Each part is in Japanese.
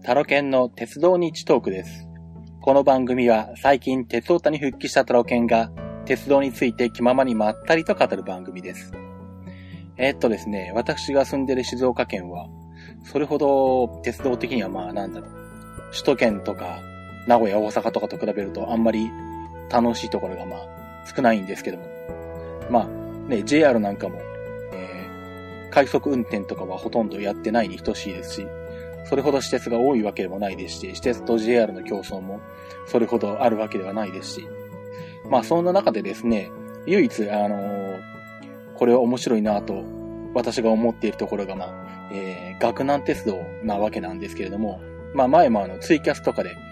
タロケンの鉄道日トークです。この番組は最近鉄オタに復帰したタロケンが鉄道について気ままにまったりと語る番組です。ですね、私が住んでる静岡県はそれほど鉄道的には首都圏とか名古屋、大阪とかと比べるとあんまり楽しいところが少ないんですけども、JR なんかも、快速運転とかはほとんどやってないに等しいですし、それほど私鉄が多いわけでもないですし、私鉄と JR の競争もそれほどあるわけではないですし、そんな中でですね、唯一これは面白いなと私が思っているところが岳南鉄道なわけなんですけれども、前もツイキャスとかで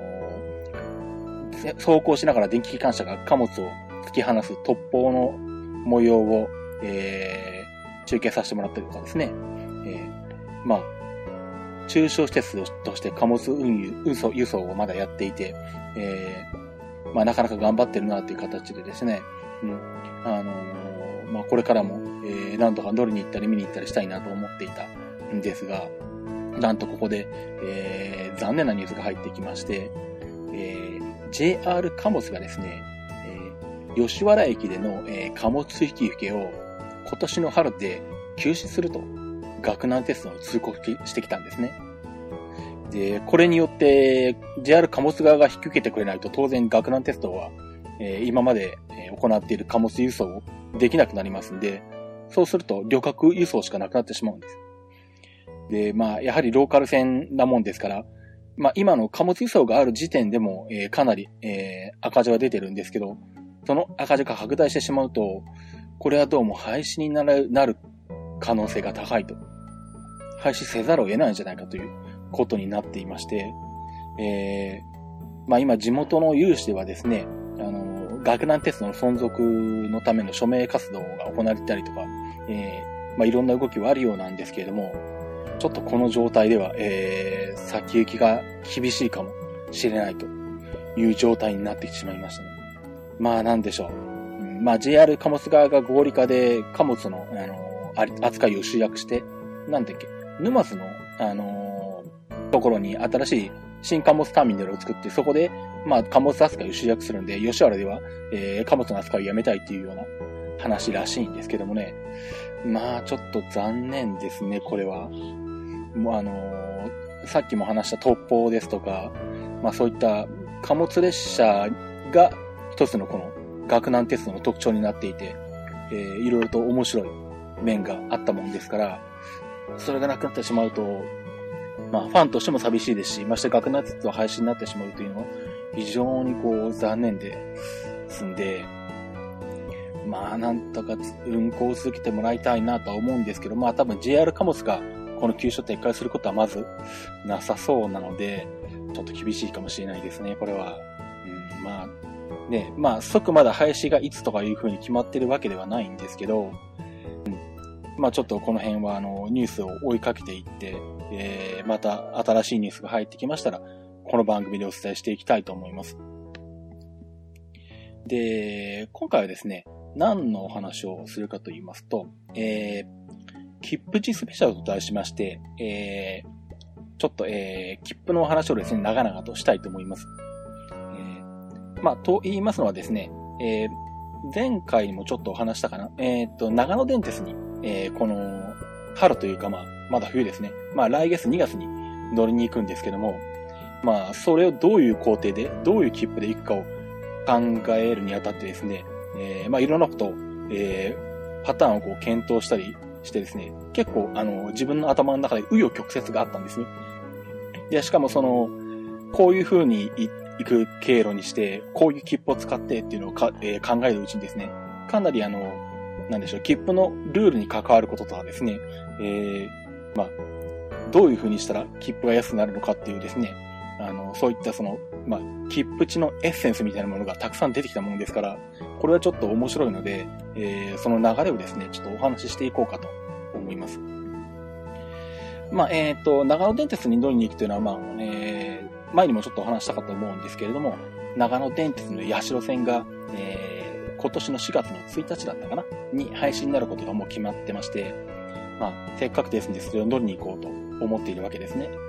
走行しながら電気機関車が貨物を突き放す突砲の模様を、中継させてもらったりとかですね、中小施設として貨物輸送をまだやっていて、なかなか頑張ってるなという形でですね、これからも、何度か乗りに行ったり見に行ったりしたいなと思っていたんですが、なんとここで、残念なニュースが入ってきまして、JR 貨物がですね、吉原駅での、貨物引き受けを今年の春で休止すると岳南鉄道を通告してきたんですね。で、これによって JR 貨物側が引き受けてくれないと当然岳南鉄道は、今まで行っている貨物輸送をできなくなりますんで、そうすると旅客輸送しかなくなってしまうんです。で、やはりローカル線なもんですから、今の貨物輸送がある時点でも、かなり、赤字は出てるんですけど、その赤字が拡大してしまうと、これはどうも廃止になる可能性が高いと。廃止せざるを得ないんじゃないかということになっていまして、今地元の有志ではですね、岳南鉄道の存続のための署名活動が行われていたりとか、いろんな動きはあるようなんですけれども、ちょっとこの状態では、先行きが厳しいかもしれないという状態になってしまいましたね。なんでしょう。JR 貨物側が合理化で貨物の、扱いを集約して、沼津の、ところに新しい新貨物ターミナルを作って、そこで、貨物扱いを集約するんで、吉原では、貨物の扱いをやめたいっていうような話らしいんですけどもね。ちょっと残念ですね、これは。さっきも話した突砲ですとか、そういった貨物列車が一つのこの岳南鉄道の特徴になっていて、いろいろと面白い面があったもんですから、それがなくなってしまうと、ファンとしても寂しいですし、まして岳南鉄道廃止になってしまうというのは非常に残念ですんで、なんとか運行を続けてもらいたいなとは思うんですけど、多分 JR 貨物がこの休止を撤回することはまずなさそうなので、ちょっと厳しいかもしれないですね、これは。即まだ廃止がいつとかいう風に決まってるわけではないんですけど、ちょっとこの辺はニュースを追いかけていって、また新しいニュースが入ってきましたら、この番組でお伝えしていきたいと思います。で、今回はですね、何のお話をするかと言いますと、切符地スペシャルと題しまして、ちょっと、切符のお話をですね、長々としたいと思います。と言いますのはですね、前回にもちょっとお話したかな。長野電鉄に、この春というかまだ冬ですね。来月2月に乗りに行くんですけども、それをどういう工程で、どういう切符で行くかを考えるにあたってですね、いろんなことを、パターンを検討したりしてですね、結構自分の頭の中で紆余曲折があったんですね。で、しかもこういう風に行く経路にして、こういう切符を使ってっていうのを考えるうちにですね、かなり切符のルールに関わることとはですね、どういう風にしたら切符が安くなるのかっていうですね、そういった切符地のエッセンスみたいなものがたくさん出てきたものですから、これはちょっと面白いので、その流れをですね、ちょっとお話ししていこうかと思います。長野電鉄に乗りに行くというのは、前にもちょっとお話したかと思うんですけれども、長野電鉄の八代線が、今年の4月の1日だったかなに廃止になることがもう決まってまして、せっかくですのでそれを乗りに行こうと思っているわけですね。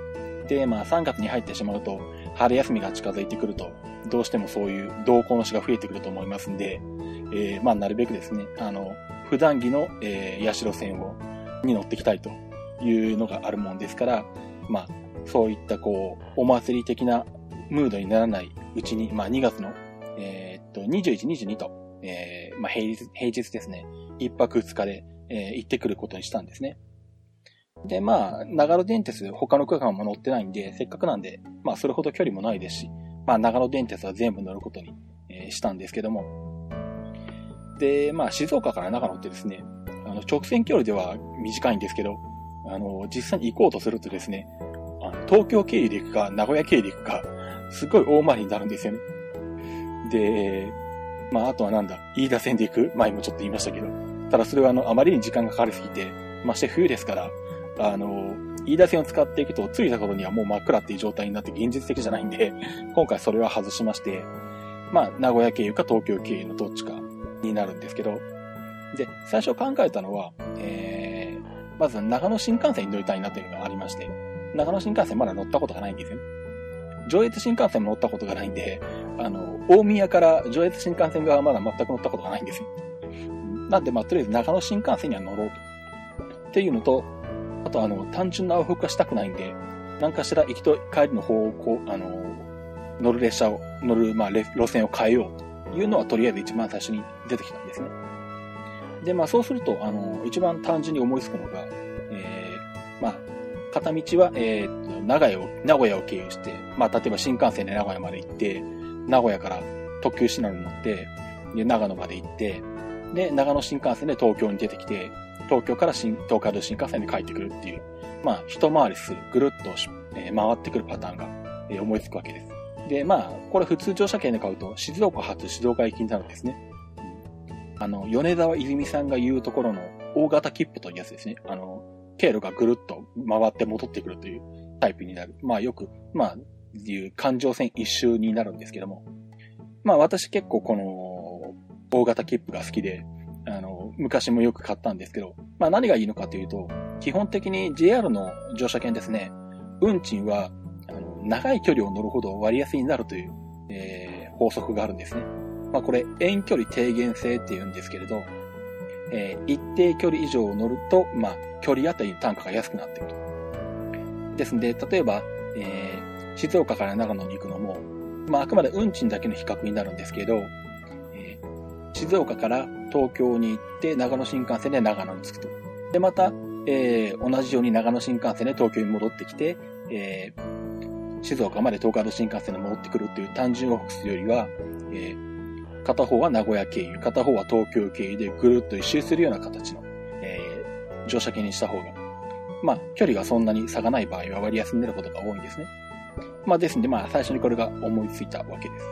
で、まあ3月に入ってしまうと、春休みが近づいてくると、どうしてもそういう同行の人が増えてくると思いますんで、まあなるべくですね、普段着の、八代線に乗ってきたいというのがあるもんですから、まあそういったこう、お祭り的なムードにならないうちに、まあ2月の、21、22と、まあ平日ですね、1泊2日で、行ってくることにしたんですね。で、まあ、長野電鉄他の区間も乗ってないんで、せっかくなんで、まあそれほど距離もないですし、まあ長野電鉄は全部乗ることに、したんですけども。で、まあ静岡から長野ってですね、直線距離では短いんですけど、実際に行こうとするとですね、東京経由で行くか、名古屋経由で行くか、すごい大回りになるんですよね。で、まああとはなんだ、飯田線で行く前もちょっと言いましたけど、ただそれはあまりに時間がかかりすぎて、まして冬ですから、飯田線を使っていくと、着いた頃にはもう真っ暗っていう状態になって現実的じゃないんで、今回それは外しまして、まあ、名古屋経由か東京経由のどっちかになるんですけど、で、最初考えたのは、まず長野新幹線に乗りたいなというのがありまして、長野新幹線まだ乗ったことがないんですよね。上越新幹線も乗ったことがないんで、大宮から上越新幹線側はまだ全く乗ったことがないんですよ。なんで、まあ、とりあえず長野新幹線には乗ろうと。っていうのと、あと単純な往復はしたくないんで、何かしら行きと帰りの方向、乗る列車を、まあ、路線を変えようというのはとりあえず一番最初に出てきたんですね。で、まあそうすると、一番単純に思いつくのが、まあ、片道は、名古屋を経由して、まあ例えば新幹線で名古屋まで行って、名古屋から特急信濃に乗って、で、長野まで行って、で、長野新幹線で東京に出てきて、東京から東海道新幹線で帰ってくるっていう、まあ、一回りする、ぐるっと、回ってくるパターンが、思いつくわけです。で、まあ、これ普通乗車券で買うと、静岡発静岡行きになるんですね。米沢泉さんが言うところの大型切符というやつですね。経路がぐるっと回って戻ってくるというタイプになる。まあ、よく、まあ、いう環状線一周になるんですけども。まあ、私結構この、大型切符が好きで、昔もよく買ったんですけど、まあ何がいいのかというと、基本的に JR の乗車券ですね、運賃は、長い距離を乗るほど割安になるという、法則があるんですね。まあこれ、遠距離低減制って言うんですけれど、一定距離以上乗ると、まあ、距離あたりの単価が安くなっていると。ですので、例えば、静岡から長野に行くのも、まああくまで運賃だけの比較になるんですけど、静岡から東京に行って長野新幹線で長野に着くと。で、また、同じように長野新幹線で東京に戻ってきて、静岡まで東海道新幹線で戻ってくるという単純往復するよりは、片方は名古屋経由、片方は東京経由でぐるっと一周するような形の、乗車券にした方が、まあ、距離がそんなに差がない場合は割安になることが多いんですね。まあ、ですので、まあ、最初にこれが思いついたわけです。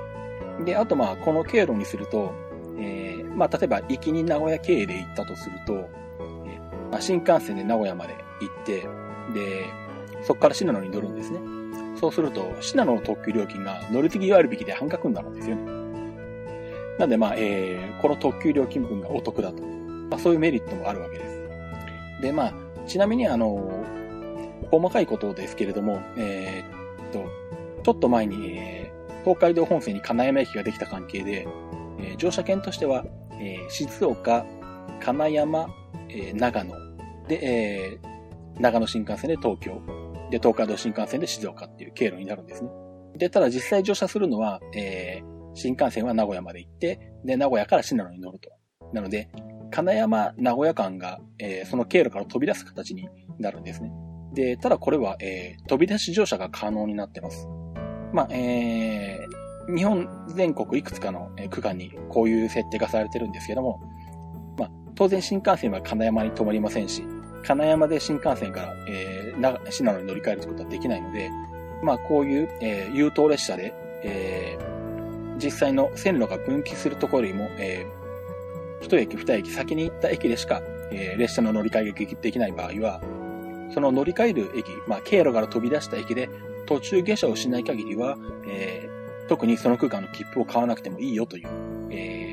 で、あとまあ、この経路にすると、まあ、例えば、行きに名古屋経由で行ったとすると、まあ、新幹線で名古屋まで行って、で、そこから信濃に乗るんですね。そうすると、信濃の特急料金が乗り継ぎ割引で半額になるんですよね。なんで、まあ、この特急料金分がお得だと。まあ、そういうメリットもあるわけです。で、まあ、ちなみに、細かいことですけれども、ちょっと前に、東海道本線に金山駅ができた関係で、乗車券としては、静岡、金山、長野で、長野新幹線で東京で東海道新幹線で静岡っていう経路になるんですね。で、ただ実際乗車するのは、新幹線は名古屋まで行って、で、名古屋から信濃に乗ると。なので、金山、名古屋間が、その経路から飛び出す形になるんですね。で、ただこれは、飛び出し乗車が可能になってます。まあ、日本全国いくつかの区間にこういう設定がされてるんですけども、まあ、当然新幹線は金山に止まりませんし、金山で新幹線から、信濃に乗り換えることはできないので、まあ、こういう、優等列車で、実際の線路が分岐するところよりも、一駅二駅先に行った駅でしか、列車の乗り換えができない場合は、その乗り換える駅、まあ、経路から飛び出した駅で途中下車をしない限りは、特にその区間の切符を買わなくてもいいよという、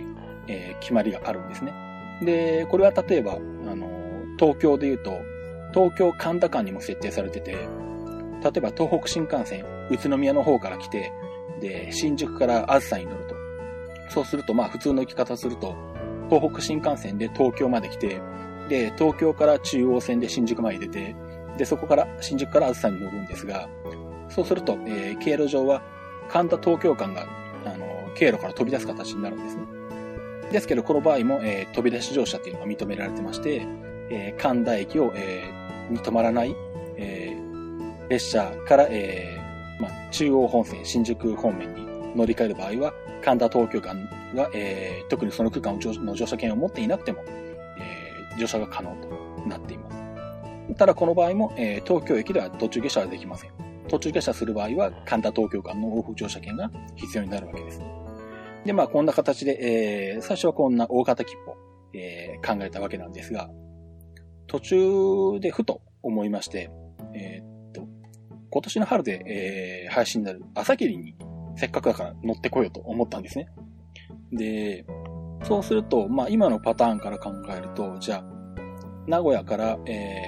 決まりがあるんですね。で、これは例えば、東京で言うと、東京神田間にも設定されてて、 例えば東北新幹線、宇都宮の方から来て、で、新宿からあずさに乗ると。そうすると、普通の行き方すると、東北新幹線で東京まで来て、で、東京から中央線で新宿まで出て、で、そこから新宿からあずさに乗るんですが、そうすると、経路上は神田東京間が、経路から飛び出す形になるんですね。ですけど、この場合も、飛び出し乗車っていうのが認められてまして、神田駅を、に止まらない、列車から、中央本線、新宿方面に乗り換える場合は、神田東京間が、特にその区間の乗車券を持っていなくても、乗車が可能となっています。ただこの場合も、東京駅では途中下車はできません。途中下車する場合は、神田東京間の往復乗車券が必要になるわけです。で、こんな形で、最初はこんな大型切符を、考えたわけなんですが、途中でふと思いまして、今年の春で、廃止になる朝霧にせっかくだから乗ってこようと思ったんですね。で、そうすると、今のパターンから考えると、じゃあ、名古屋から、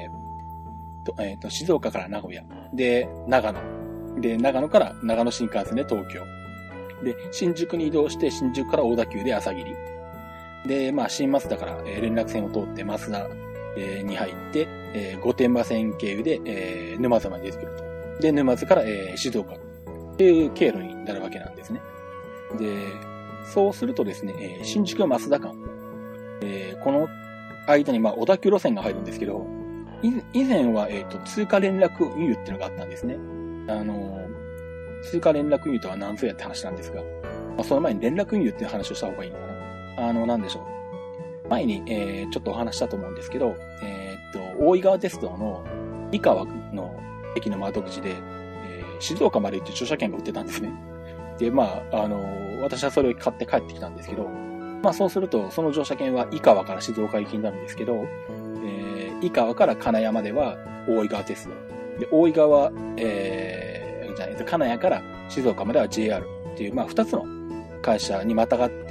静岡から名古屋。で、長野。で、長野から長野新幹線で東京。で、新宿に移動して、新宿から小田急で朝霧。で、新増田から、連絡線を通って増田、に入って、御殿場線経由で、沼津まで出てくると。で、沼津から、静岡っていう経路になるわけなんですね。で、そうするとですね、新宿増田間、この間に小田急路線が入るんですけど、以前は、通過連絡運輸っていうのがあったんですね。通過連絡運輸とは何ぞやって話なんですが、その前に連絡運輸っていう話をした方がいいのかな。なんでしょう。前に、ちょっとお話したと思うんですけど、大井川鉄道の井川の駅の窓口で、静岡まで行って乗車券が売ってたんですね。で、私はそれを買って帰ってきたんですけど、そうすると、その乗車券は井川から静岡行きになるんですけど、井川から金谷までは大井川鉄道。で、大井川、金谷から静岡までは JR っていう、二つの会社にまたがって、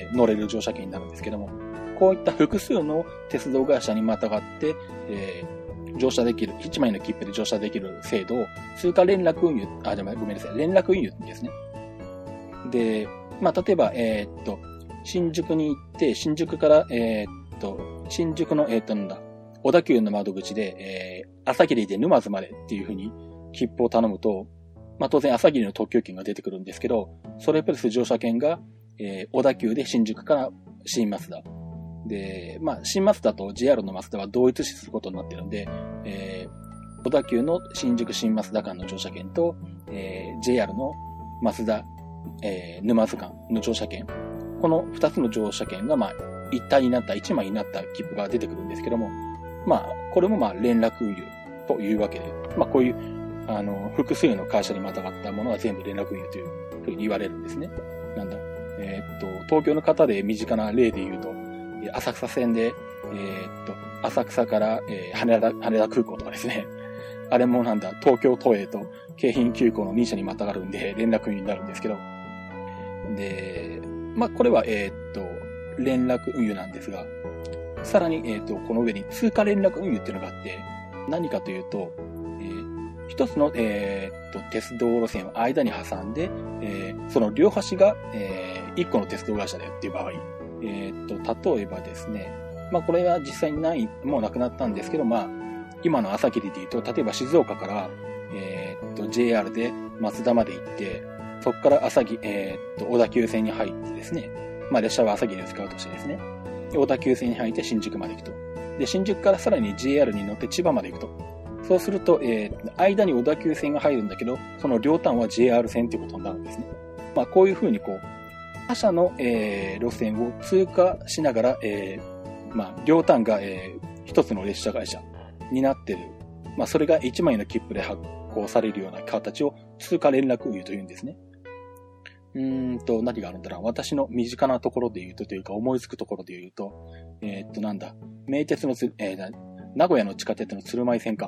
乗れる乗車券になるんですけども、こういった複数の鉄道会社にまたがって、乗車できる、1枚の切符で乗車できる制度を通過連絡運輸、ごめんなさい、連絡運輸ですね。で、例えば、新宿に行って、新宿から、新宿の、小田急の窓口で、朝霧で沼津までっていう風に切符を頼むと、当然朝霧の特急券が出てくるんですけど、それプラス乗車券が、小田急で新宿から新増田。で、新増田と JR の増田は同一視することになってるんで、小田急の新宿新増田間の乗車券と、JR の増田、沼津間の乗車券。この2つの乗車券が、一体になった、一枚になった切符が出てくるんですけども、これも連絡運輸というわけで、こういう、複数の会社にまたがったものは全部連絡運輸というふうに言われるんですね。東京の方で身近な例で言うと、浅草線で、浅草から、羽田空港とかですね。あれも東京都営と京浜急行の2社にまたがるんで、連絡運輸になるんですけど。で、これは、連絡運輸なんですが、さらに、この上に通過連絡運輸っていうのがあって、何かというと、一つの、鉄道路線を間に挟んで、その両端が、一個の鉄道会社だよっていう場合、例えばですね、これは実際にもうなくなったんですけど、今の朝霧で言うと、例えば静岡から、JR で松田まで行って、そこから小田急線に入ってですね、列車は朝霧を使うとしてですね、小田急線に入って新宿まで行くと。で、新宿からさらに JR に乗って千葉まで行くと。そうすると、間に小田急線が入るんだけど、その両端は JR 線ということになるんですね。こういうふうに他社の、路線を通過しながら、両端が、一つの列車会社になっている。それが一枚の切符で発行されるような形を通過連絡運輸というんですね。何があるんだろう。私の身近なところで言うとというか、思いつくところで言うと、名鉄の名古屋の地下鉄の鶴舞線か。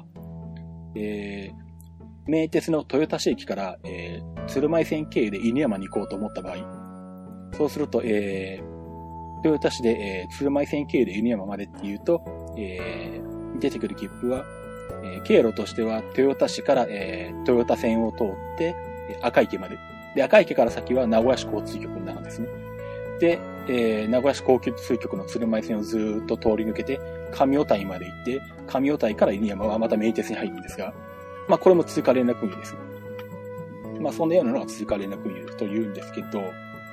名鉄の豊田市駅から、鶴舞線経由で犬山に行こうと思った場合、そうすると、豊田市で、鶴舞線経由で犬山までっていうと、出てくる切符は、 経路としては、豊田市から、豊田線を通って、赤池まで。で、赤池から先は名古屋市交通局になるんですね。で、名古屋市交通局の鶴舞線をずーっと通り抜けて、上小田井まで行って、上小田井から犬山はまた名鉄に入るんですが、まあこれも通過連絡運輸です。まあそんなようなのが通過連絡運輸というんですけど、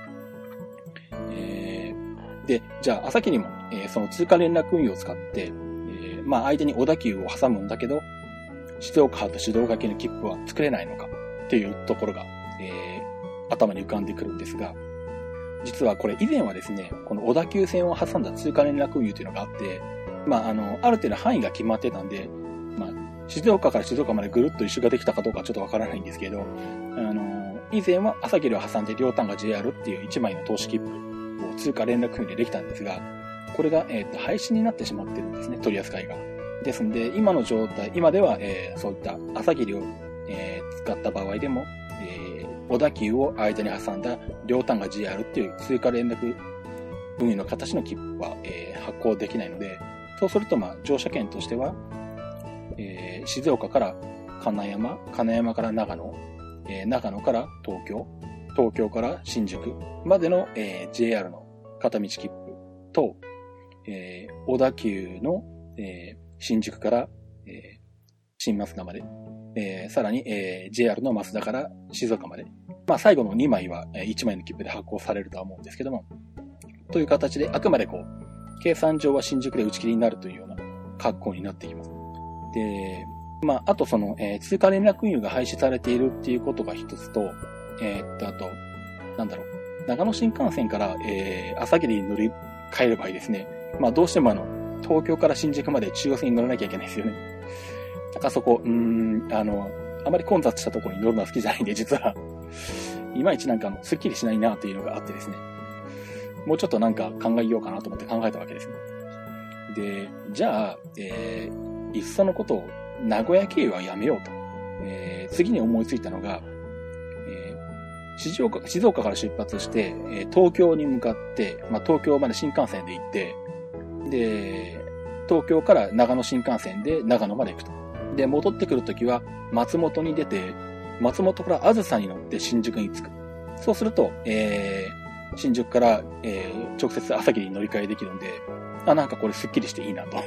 で、じゃあ朝霧も、その通過連絡運輸を使って、まあ間に小田急を挟むんだけど、静岡発と静岡県の切符は作れないのかっていうところが、頭に浮かんでくるんですが、実はこれ以前はですね、この小田急線を挟んだ通過連絡運輸というのがあって、まあある程度範囲が決まってたんで、まあ静岡から静岡までぐるっと一周ができたかどうかちょっとわからないんですけど、以前は朝霧を挟んで両端が JR っていう1枚の投資切符を通過連絡運輸でできたんですが、これが、廃止になってしまってるんですね、取り扱いが。ですので、今の状態、今では、そういった朝霧を、使った場合でも、小田急を間に挟んだ両端が JR っていう通過連絡運輸の形の切符は、発行できないので、そうすると、まあ、乗車券としては、静岡から金山、金山から長野、長野から東京、東京から新宿までの、JR の片道切符と、小田急の、新宿から、新増田まで、さらに、JR の増田から静岡まで。まあ最後の2枚は1枚の切符で発行されるとは思うんですけども、という形であくまでこう、計算上は新宿で打ち切りになるというような格好になってきます。で、まああとその、通過連絡運輸が廃止されているっていうことが一つと、あと、なんだろう、長野新幹線から、朝霧に乗り換える場合ですね、まあどうしても東京から新宿まで中央線に乗らなきゃいけないですよね。なんかそこ、あまり混雑したところに乗るのは好きじゃないんで、実は、いまいちなんかスッキリしないなというのがあってですね。もうちょっとなんか考えようかなと思って考えたわけですね。で、じゃあ、いっそのことを名古屋経由はやめようと。次に思いついたのが、静岡から出発して、東京に向かって、まあ、東京まで新幹線で行って、で、東京から長野新幹線で長野まで行くと。で、戻ってくるときは松本に出て、松本からあずさに乗って新宿に着く。そうすると、新宿から、直接朝霧に乗り換えできるんで、なんかこれスッキリしていいなと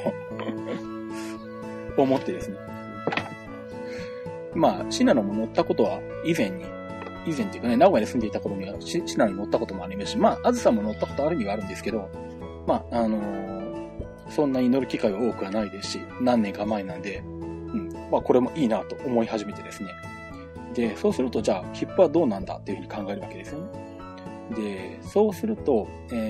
思ってですね。まあ、シナノも乗ったことは以前っていうかね、名古屋に住んでいた頃にはシナノに乗ったこともありますし、まあ、あずさも乗ったことあるにはあるんですけど、まあ、そんなに乗る機会は多くはないですし、何年か前なんで、まあこれもいいなと思い始めてですね。で、そうするとじゃあ切符はどうなんだっていうふうに考えるわけですよね。で、そうすると、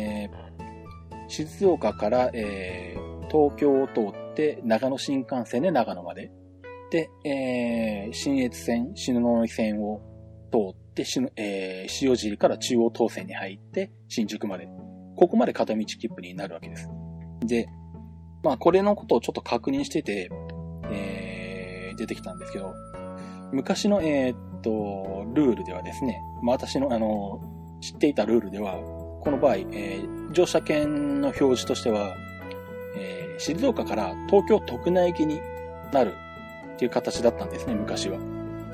静岡から、東京を通って長野新幹線で長野まで。で、信越線、篠ノ井線を通って塩尻から中央東線に入って新宿まで。ここまで片道切符になるわけです。で、まあこれのことをちょっと確認してて、出てきたんですけど、昔の、ルールではですね、まあ私の知っていたルールでは、この場合、乗車券の表示としては、静岡から東京特内行きになるっていう形だったんですね、昔は。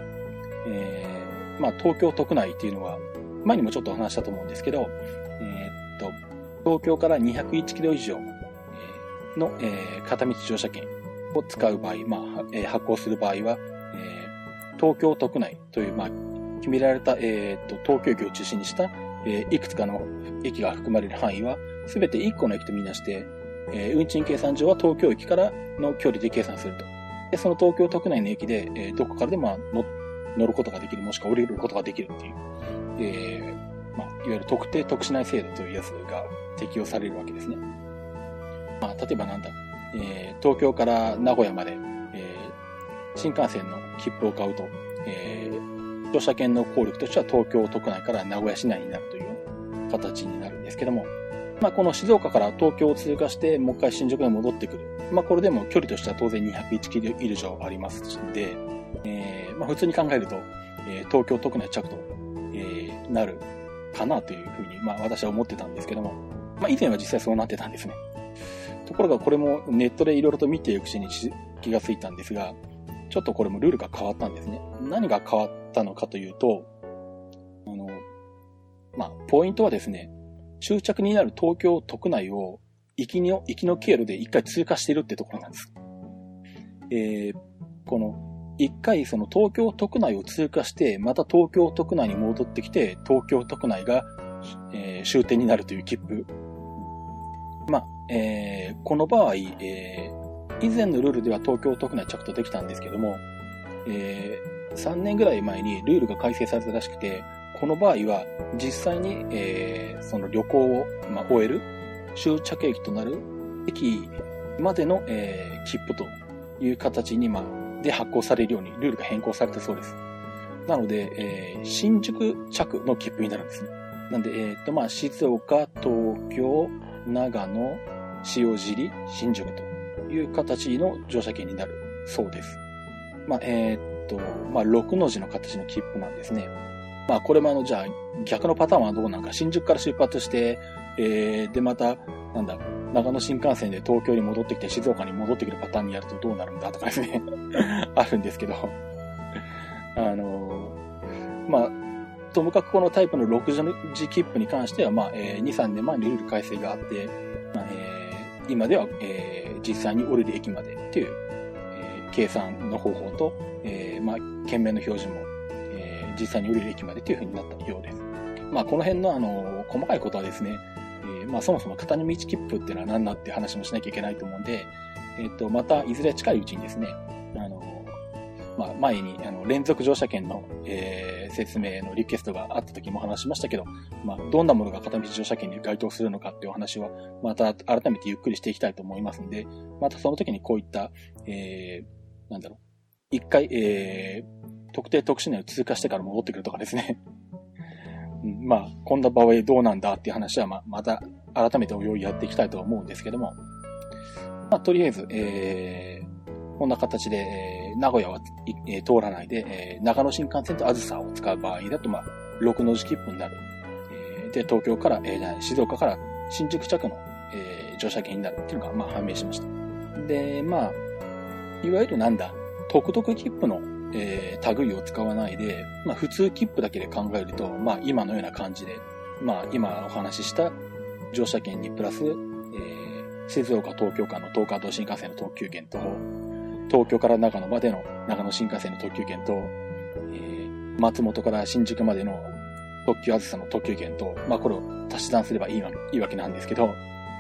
まあ東京特内っていうのは、前にもちょっと話したと思うんですけど、東京から201キロ以上の、片道乗車券を使う場合、まあ、発行する場合は、東京特内という、まあ、決められた、東京駅を中心にした、いくつかの駅が含まれる範囲は、すべて1個の駅とみなして、運賃計算上は東京駅からの距離で計算すると。で、その東京特内の駅で、どこからでも乗ることができる、もしくは降りることができるっていう、まあ、いわゆる特定特殊内制度というやつが適用されるわけですね。まあ、例えばなんだ、東京から名古屋まで、新幹線の切符を買うと、乗車券の効力としては東京特内から名古屋市内になるという形になるんですけども、まあ、この静岡から東京を通過してもう一回新宿に戻ってくる。まあ、これでも距離としては当然201キロ以上ありますので、まあ、普通に考えると、東京特内着と、なるかなというふうに、まあ、私は思ってたんですけども、まあ、以前は実際そうなってたんですね。ところがこれもネットでいろいろと見ていくうちに気がついたんですが、ちょっとこれもルールが変わったんですね。何が変わったのかというと、ポイントはですね、終着になる東京都区内を行きの経路で一回通過しているってところなんです。この一回その東京都区内を通過して、また東京都区内に戻ってきて、東京都区内が、終点になるという切符。この場合、以前のルールでは東京都区内着とできたんですけども、3年ぐらい前にルールが改正されたらしくて、この場合は実際に、その旅行を、終える終着駅となる駅までの、切符という形に、で発行されるようにルールが変更されたそうです。なので、新宿着の切符になるんですね。なんで、静岡、東京、長野、塩尻、新宿という形の乗車券になるそうです。6の字の形の切符なんですね。これもじゃあ逆のパターンはどうなんか、新宿から出発して、でまた長野新幹線で東京に戻ってきて静岡に戻ってくるパターンにやるとどうなるんだとかですねあるんですけどともかくこのタイプの6字切符に関しては2、3年前にルール改正があって、今では、実際に降りる駅までっていう、計算の方法と、券名の表示も実際に降りる駅までという風になったようです。この辺の細かいことはですね、そもそも片道切符っていうのは何だっていう話もしなきゃいけないと思うんで、またいずれ近いうちにですね、前に連続乗車券の、説明のリクエストがあった時も話しましたけど、どんなものが片道乗車券に該当するのかっていうお話はまた改めてゆっくりしていきたいと思いますので、またその時にこういった、一回、特定特殊内を通過してから戻ってくるとかですね。こんな場合どうなんだっていう話はまた改めておいおいやっていきたいと思うんですけども、とりあえず、こんな形で、名古屋は、通らないで、長野新幹線とあずさを使う場合だと、6の字切符になる。で、東京から、静岡から新宿着の、乗車券になるっていうのが、判明しました。で、いわゆる特々切符の、類を使わないで、普通切符だけで考えると、今のような感じで、今お話しした乗車券にプラス、静岡東京間の東海道新幹線の特急券と、東京から長野までの長野新幹線の特急券と、松本から新宿までの特急あずさの特急券と、これを足し算すればいいわけなんですけど、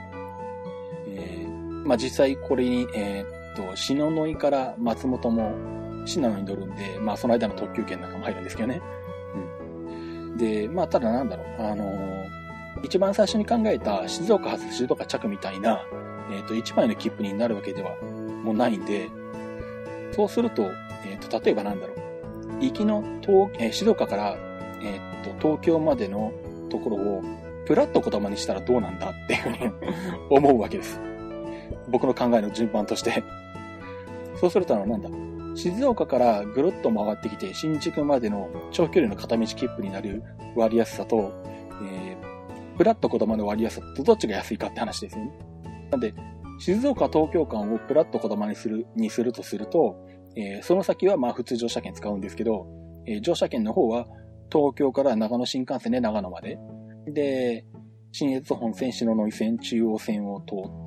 実際これに、篠ノ井から松本も信濃に乗るんで、その間の特急券なんかも入るんですけどね。で、ただ一番最初に考えた静岡発静岡着みたいな、一枚の切符になるわけではもうないんで、そうすると、例えば行きの静岡から、東京までのところをプラッとこだまにしたらどうなんだっていうふうに思うわけです。僕の考えの順番として。そうすると静岡からぐるっと回ってきて新宿までの長距離の片道切符になる割安さと、プラッとこだまの割安さとどっちが安いかって話ですよね。なんで、静岡東京間をプラッとこだまにするとすると、その先は普通乗車券使うんですけど、乗車券の方は東京から長野新幹線で長野まで、で、信越本線、篠ノ井線、中央線を通って、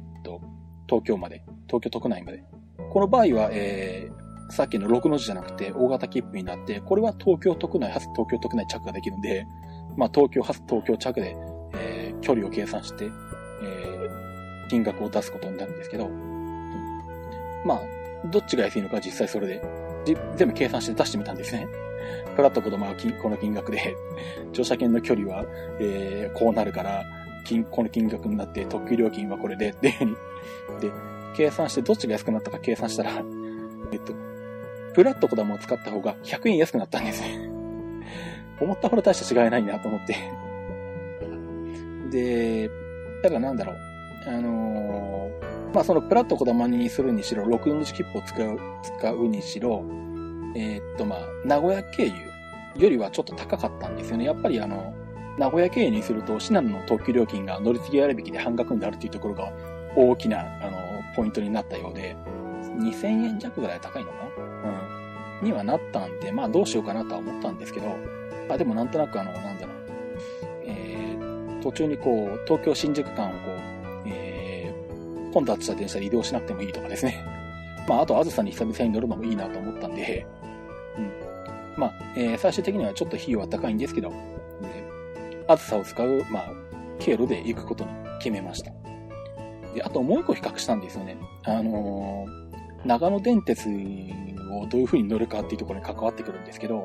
東京都区内まで。この場合は、さっきの6の字じゃなくて大型切符になって、これは東京都区内発東京都区内着ができるんで、東京発東京着で、距離を計算して、金額を出すことになるんですけど、どっちが安いのか実際それで、全部計算して出してみたんですね。プラッと子供はこの金額で、乗車券の距離は、こうなるから、この金額になって特急料金はこれで、っていうふうに。で、計算してどっちが安くなったか計算したら、プラッと子供を使った方が100円安くなったんですね。思ったほど大した違いないなと思って。で、ただそのプラッとこだまにするにしろ、6の字切符を使うにしろ、名古屋経由よりはちょっと高かったんですよね。やっぱり名古屋経由にすると、信濃の特急料金が乗り継ぎ割引で半額になるというところが大きな、ポイントになったようで、 2000円弱ぐらい高いのかなにはなったんで、まあどうしようかなとは思ったんですけど、でもなんとなく途中にこう、東京新宿間をこう、混雑した電車で移動しなくてもいいとかですね。あと、あずさに久々に乗るのもいいなと思ったんで、最終的にはちょっと費用は高いんですけど、あずさを使う、経路で行くことに決めました。で、あともう一個比較したんですよね。長野電鉄をどういう風に乗るかっていうところに関わってくるんですけど、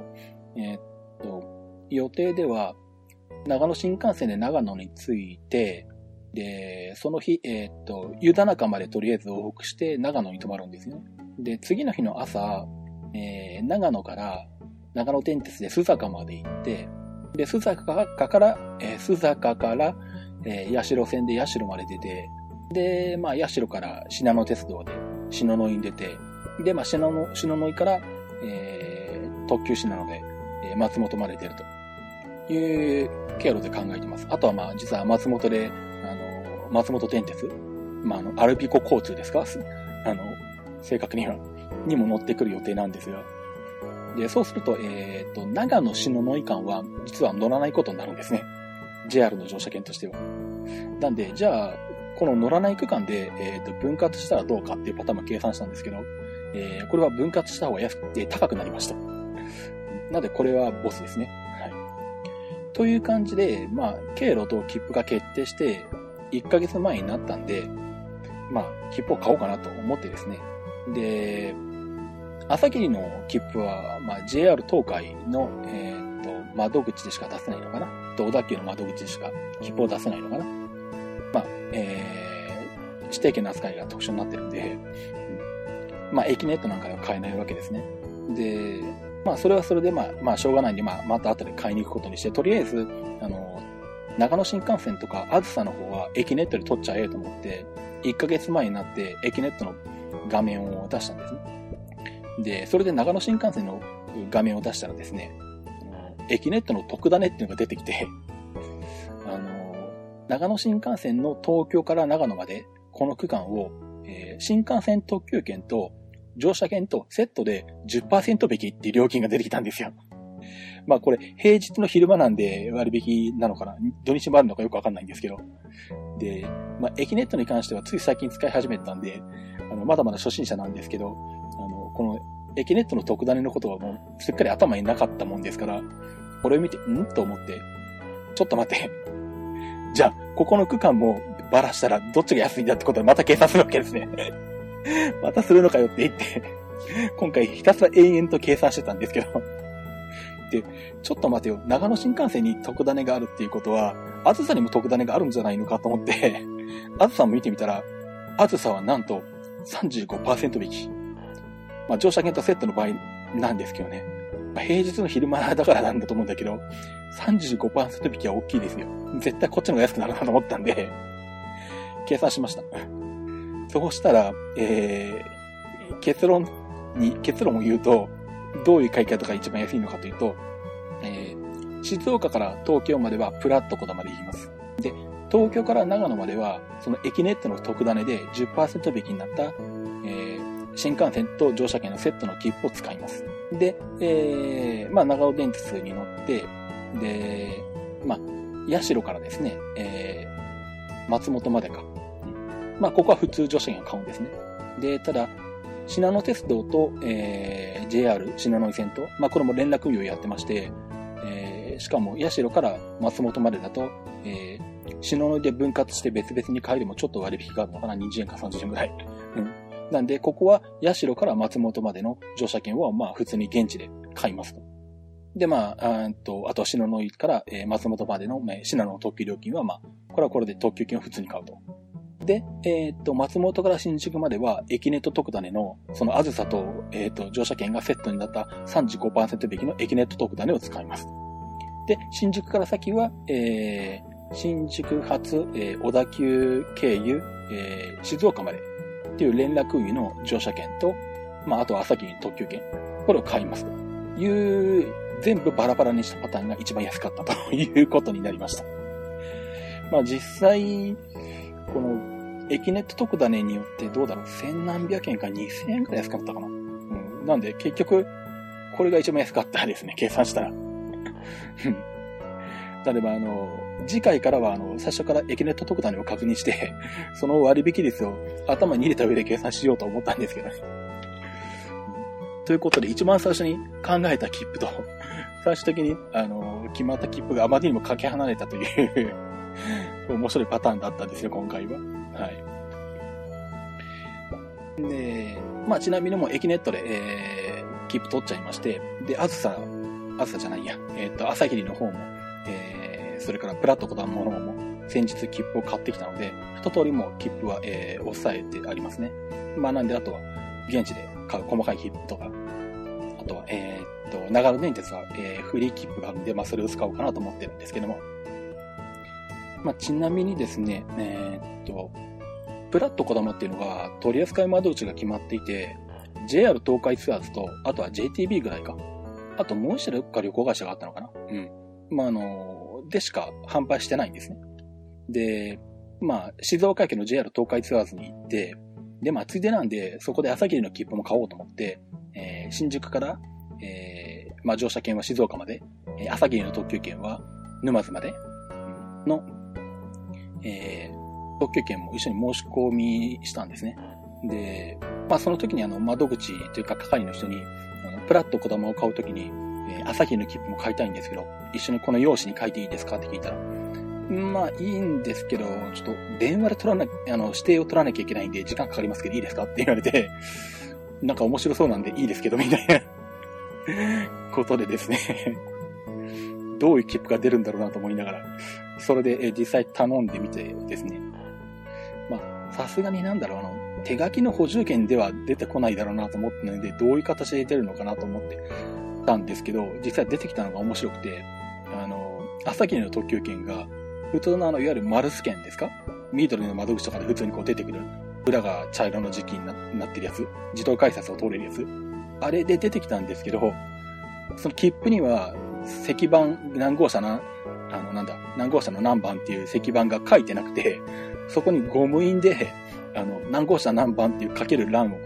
予定では、長野新幹線で長野に着いて、で、その日、湯田中までとりあえず往復して長野に泊まるんですよね。で、次の日の朝、長野から長野電鉄で須坂まで行って、で、須坂から、八代線で八代まで出て、で、八代から信濃鉄道で信濃に出て、で、信濃から、特急信濃で、松本まで出るという経路で考えています。あとは実は松本で、松本電鉄、アルピコ交通ですか？正確には、にも乗ってくる予定なんですが。で、そうすると、長野信濃間は、実は乗らないことになるんですね。JR の乗車券としては。なんで、じゃあ、この乗らない区間で、分割したらどうかっていうパターンも計算したんですけど、これは分割した方が安くて高くなりました。なので、これはボスですね。はい。という感じで、経路と切符が決定して、1ヶ月前になったんで、切符を買おうかなと思ってですね。で、朝霧の切符は、JR 東海の、窓口でしか出せないのかな。小田急の窓口でしか切符を出せないのかな。指定券の扱いが特殊になってるんで、駅ネットなんかでは買えないわけですね。で、それはそれでしょうがないんで、また後で買いに行くことにして、とりあえず、長野新幹線とか、あずさの方は駅ネットで取っちゃえと思って、1ヶ月前になって駅ネットの画面を出したんですね。で、それで長野新幹線の画面を出したらですね、駅ネットの特ダネっていうのが出てきて、長野新幹線の東京から長野まで、この区間を、新幹線特急券と乗車券とセットで 10% 引きっていう料金が出てきたんですよ。これ、平日の昼間なんで割引なのかな、土日もあるのかよくわかんないんですけど。で、駅ネットに関してはつい最近使い始めたんで、まだまだ初心者なんですけど、この駅ネットの特ダネのことはもうすっかり頭になかったもんですから、これを見て、と思って、ちょっと待って。じゃあ、ここの区間もバラしたらどっちが安いんだってことはまた計算するわけですね。またするのかよって言って、今回ひたすら延々と計算してたんですけど。で、ちょっと待てよ。長野新幹線に特ダネがあるっていうことは、あずさにも特ダネがあるんじゃないのかと思って、あずさも見てみたら、あずさはなんと 35% 引き。乗車券とセットの場合なんですけどね。平日の昼間だからなんだと思うんだけど、35% 引きは大きいですよ。絶対こっちの方が安くなるなと思ったんで、計算しました。そうしたら、結論を言うと、どういう買い方が一番安いのかというと、静岡から東京まではプラッとこだまで行きます。で、東京から長野までは、その駅ネットの特ダネで 10% 引きになった、新幹線と乗車券のセットの切符を使います。で、長野電鉄に乗って、で、八代からですね、松本までか。ここは普通乗車券を買うんですね。で、ただ、信濃鉄道と、JR 信濃線と、これも連絡運用やってまして、しかも八代から松本までだと、信濃で分割して別々に帰りもちょっと割引があるのかな、20円か30円ぐらい。なんで、ここは八代から松本までの乗車券を普通に現地で買いますと。で、あとは信濃から、松本までの、信濃の特急料金は、これはこれで特急券を普通に買うと。で、松本から新宿までは、駅ネット特ダネの、そのあずさと、乗車券がセットになった 35% 引きの駅ネット特ダネを使います。で、新宿から先は、新宿発、小田急経由、静岡までっていう連絡運輸の乗車券と、あとは朝霧特急券。これを買います。という、全部バラバラにしたパターンが一番安かったということになりました。実際、この駅ネット特ダネによってどうだろう、千何百円か2000円くらい安かったかな。なんで結局、これが一番安かったですね、計算したら。例えば次回からは最初から駅ネット特ダネを確認して、その割引率を頭に入れた上で計算しようと思ったんですけどね。ということで、一番最初に考えた切符と、最終的に、決まった切符があまりにもかけ離れたという面白いパターンだったんですよ、今回は。はい。で、ちなみにもう駅ネットで、切符取っちゃいまして、で、あずさじゃないや、朝霧の方も、それからプラットコダンの方も、先日切符を買ってきたので、一通りもう切符は、抑えてありますね。なんで、あとは、現地で買う細かい切符とか、あとは、長野電鉄は、フリー切符があるんで、それを使おうかなと思ってるんですけども。ちなみにですね、プラットこだまっていうのが取り扱い窓口が決まっていて、JR 東海ツアーズと、あとは JTB ぐらいか。あともう一社旅行会社があったのかな。でしか販売してないんですね。で、静岡県の JR 東海ツアーズに行って、で、ついでなんで、そこで朝霧の切符も買おうと思って、新宿から、乗車券は静岡まで、朝霧の特急券は沼津までの、特急券も一緒に申し込みしたんですね。で、その時に窓口というか係の人に、プラットこだまを買う時に、朝霧の切符も買いたいんですけど、一緒にこの用紙に書いていいですかって聞いたら、いいんですけど、ちょっと電話で指定を取らなきゃいけないんで時間かかりますけどいいですかって言われて、なんか面白そうなんでいいですけど、みたいなことでですね、どういう切符が出るんだろうなと思いながら、それで実際頼んでみてですね、さすがに手書きの補充券では出てこないだろうなと思ったので、どういう形で出るのかなと思ってたんですけど、実際出てきたのが面白くて、朝霧の特急券が、普通のいわゆる丸ス券ですか？緑の窓口とかで普通に出てくる、裏が茶色の時期になってるやつ、自動改札を通れるやつ、あれで出てきたんですけど、その切符には、石番、何号車の何番っていう石番が書いてなくて、そこにゴム印で、何号車何番っていう書ける欄を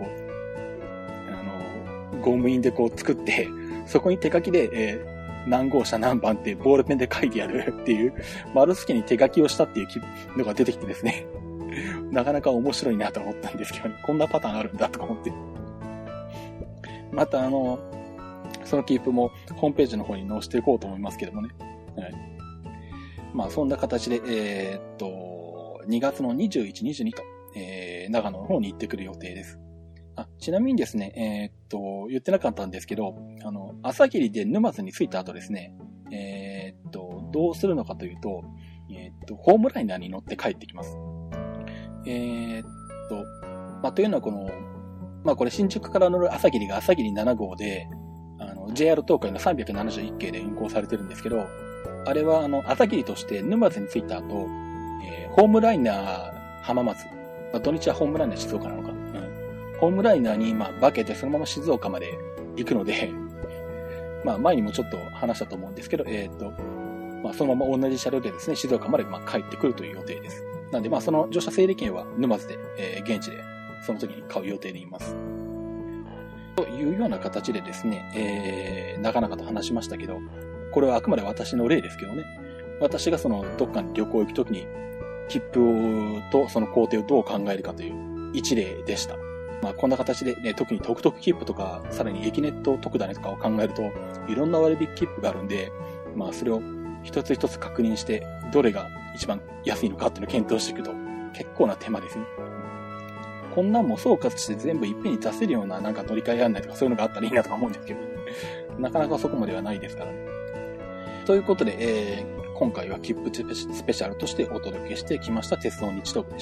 ゴム印で作って、そこに手書きで、何号車何番ってボールペンで書いてあるっていう、丸付けに手書きをしたっていうのが出てきてですね、なかなか面白いなと思ったんですけど、こんなパターンあるんだとか思って。またその切符もホームページの方に載せていこうと思いますけどもね。はい。そんな形で、2月の21、22と、長野の方に行ってくる予定です。ちなみにですね、言ってなかったんですけど、朝霧で沼津に着いた後ですね、どうするのかというと、ホームライナーに乗って帰ってきます。というのはこれ新宿から乗る朝霧が朝霧7号で、JR 東海の371系で運行されてるんですけど、あれは朝霧として沼津に着いた後、ホームライナー浜松、土日はホームライナー静岡なのか、ホームライナーに化けてそのまま静岡まで行くので、前にもちょっと話したと思うんですけど、そのまま同じ車両でですね、静岡まで帰ってくるという予定です。なんでその乗車整理券は沼津で、現地でその時に買う予定でいます。というような形でですね、なかなかと話しましたけど、これはあくまで私の例ですけどね、私がどっかに旅行行くときに、切符とその工程をどう考えるかという一例でした。こんな形でね、特にトクトク切符とか、さらに駅ネット特ダネとかを考えると、いろんな割引切符があるんで、それを一つ一つ確認して、どれが一番安いのかっていうのを検討していくと、結構な手間ですね。こんなんも総括して全部いっぺんに出せるような乗り換え案内とかそういうのがあったらいいなとか思うんですけど、なかなかそこまではないですからね。ということで、今回は切符スペシャルとしてお届けしてきました鉄道日トークでした。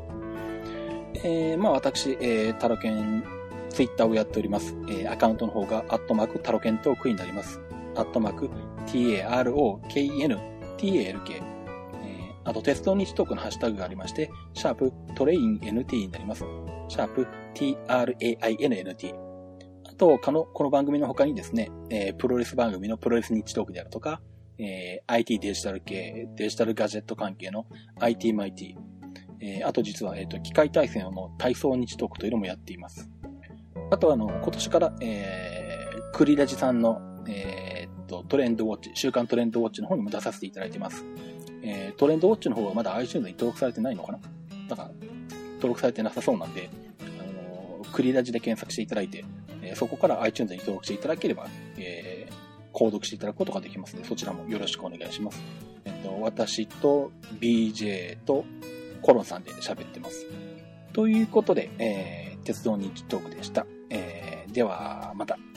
私、タロケンツイッターをやっております。アカウントの方がタロケントークになります。TAROKENTALK。あと、鉄道日トークのハッシュタグがありまして、#トレインNT になります。#TRAINNT。あと、この番組の他にですね、プロレス番組のプロレス日トークであるとか、IT デジタル系、デジタルガジェット関係の IT マイティ、 あと実は、機械対戦の体操日トークというのもやっています。あとは今年から、クリラジさんの、トレンドウォッチ、週刊トレンドウォッチの方にも出させていただいてます。トレンドウォッチの方はまだ iTunes に登録されてないのかな？だから登録されてなさそうなんで、クリラジで検索していただいて、そこから iTunes に登録していただければ、購読していただくことができますので、そちらもよろしくお願いします。私と BJ とコロンさんで喋ってます。ということで、鉄道日記トークでした。では、また。